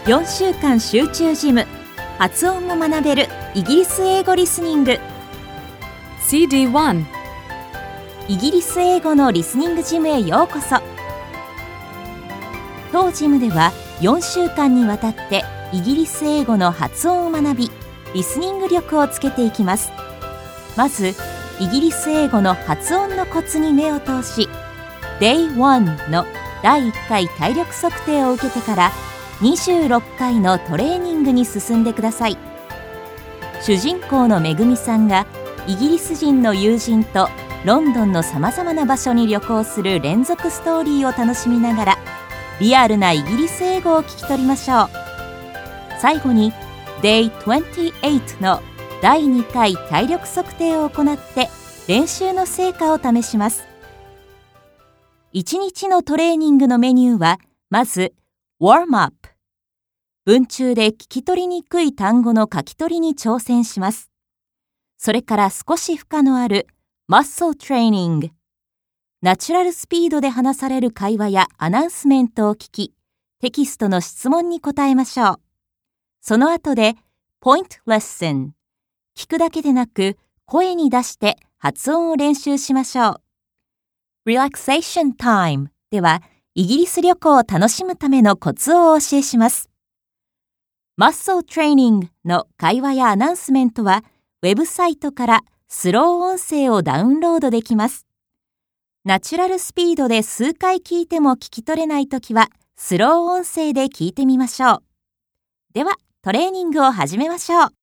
4週間集中ジム、発音も学べるイギリス英語リスニング。 CD1。 イギリス英語のリスニングジムへようこそ。当ジムでは4週間にわたってイギリス英語の発音を学び、リスニング力をつけていきます。まずイギリス英語の発音のコツに目を通し、 Day1 の第1回体力測定を受けてから26回のトレーニングに進んでください。主人公のめぐみさんがイギリス人の友人とロンドンのさまざまな場所に旅行する連続ストーリーを楽しみながら、リアルなイギリス英語を聞き取りましょう。最後に Day28 の第2回体力測定を行って練習の成果を試します。1日のトレーニングのメニューは、まず Warm up。 文中で聞き取りにくい単語の書き取りに挑戦します。それから少し負荷のある Muscle training。 ナチュラルスピードで話される会話やアナウンスメントを聞き、テキストの質問に答えましょう。その後で Point lesson。 聞くだけでなく声に出して発音を練習しましょう。Relaxation time では、イギリス旅行を楽しむためのコツをお教えします。Muscle training の会話やアナウンスメントは、ウェブサイトからスロー音声をダウンロードできます。ナチュラルスピードで数回聞いても聞き取れないときは、スロー音声で聞いてみましょう。では、トレーニングを始めましょう。